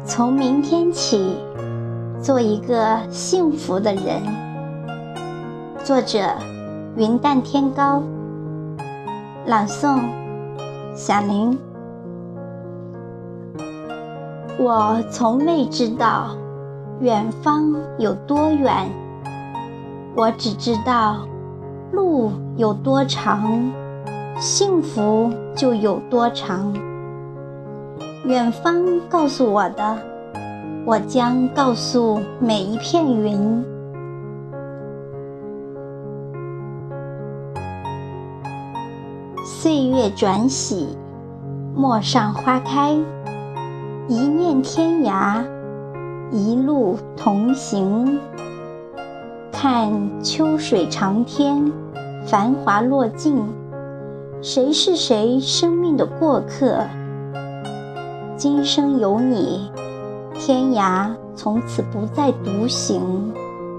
从明天起，做一个幸福的人。作者：云淡天高。朗诵：小林。我从未知道远方有多远，我只知道路有多长，幸福就有多长。远方告诉我的，我将告诉每一片云。岁月转喜，陌上花开，一念天涯，一路同行。看秋水长天，繁华落尽，谁是谁生命的过客？今生有你，天涯从此不再独行。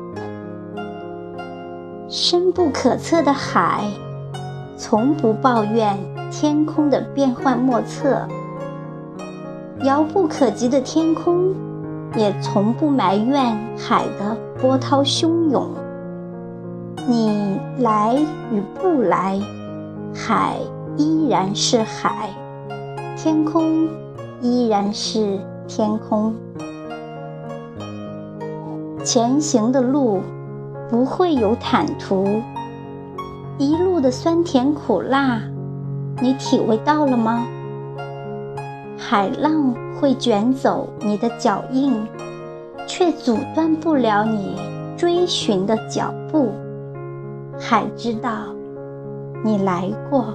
深不可测的海，从不抱怨天空的变幻莫测，遥不可及的天空，也从不埋怨海的波涛汹涌。你来与不来，海依然是海，天空依然是天空。前行的路不会有坦途，一路的酸甜苦辣，你体味到了吗？海浪会卷走你的脚印，却阻断不了你追寻的脚步。海知道你来过。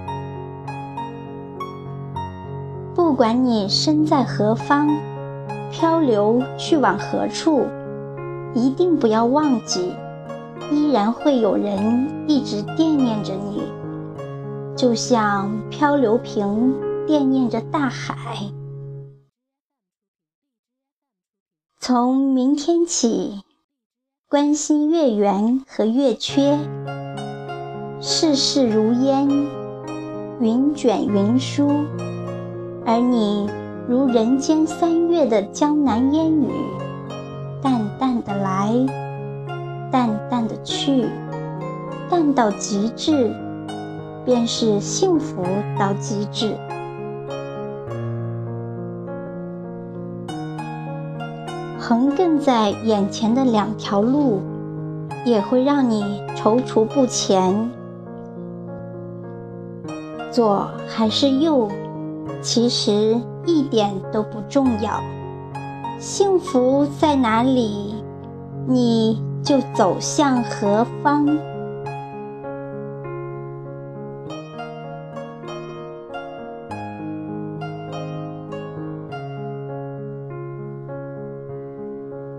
不管你身在何方，漂流去往何处，一定不要忘记，依然会有人一直惦念着你，就像漂流瓶惦念着大海。从明天起，关心月圆和月缺，世事如烟，云卷云舒，而你如人间三月的江南烟雨，淡淡的来，淡淡的去，淡到极致，便是幸福到极致。横亘在眼前的两条路，也会让你踌躇不前。左还是右，其实一点都不重要。幸福在哪里，你就走向何方。